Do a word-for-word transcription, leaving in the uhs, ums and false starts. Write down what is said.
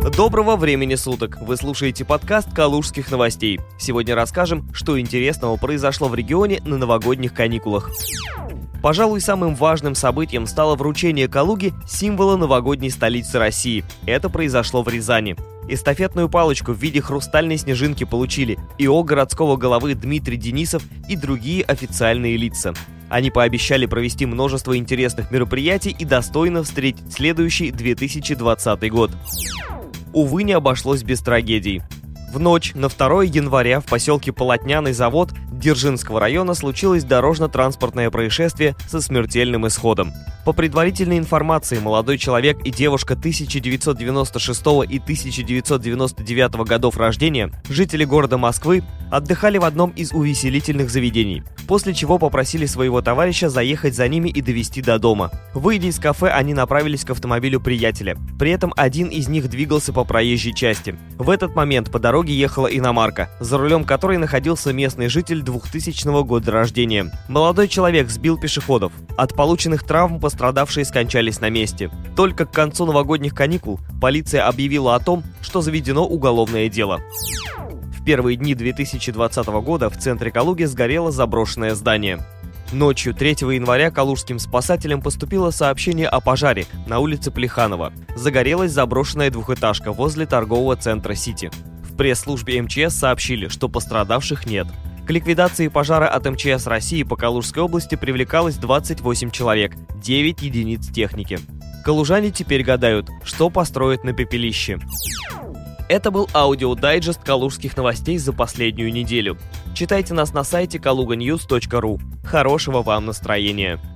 Доброго времени суток! Вы слушаете подкаст Калужских новостей. Сегодня расскажем, что интересного произошло в регионе на новогодних каникулах. Пожалуй, самым важным событием стало вручение Калуге символа новогодней столицы России. Это произошло в Рязани. Эстафетную палочку в виде хрустальной снежинки получили ИО городского головы Дмитрий Денисов и другие официальные лица. Они пообещали провести множество интересных мероприятий и достойно встретить следующий две тысячи двадцатый год. Увы, не обошлось без трагедий. В ночь на второе января в поселке Полотняный завод Дзержинского района случилось дорожно-транспортное происшествие со смертельным исходом. По предварительной информации, молодой человек и девушка тысяча девятьсот девяносто шестого и тысяча девятьсот девяносто девятого годов рождения, жители города Москвы, отдыхали в одном из увеселительных заведений, после чего попросили своего товарища заехать за ними и довезти до дома. Выйдя из кафе, они направились к автомобилю приятеля. При этом один из них двигался по проезжей части. В этот момент по дороге ехала иномарка, за рулем которой находился местный житель двухтысячного года рождения. Молодой человек сбил пешеходов. От полученных травм пострадавшие скончались на месте. Только к концу новогодних каникул полиция объявила о том, что заведено уголовное дело. В первые дни две тысячи двадцатого года в центре Калуги сгорело заброшенное здание. Ночью третьего января калужским спасателям поступило сообщение о пожаре на улице Плеханова. Загорелась заброшенная двухэтажка возле торгового центра «Сити». В пресс-службе эм че эс сообщили, что пострадавших нет. К ликвидации пожара от эм че эс России по Калужской области привлекалось двадцать восемь человек, девять единиц техники. Калужане теперь гадают, что построят на пепелище. Это был аудиодайджест калужских новостей за последнюю неделю. Читайте нас на сайте калуганьюз точка ру. Хорошего вам настроения!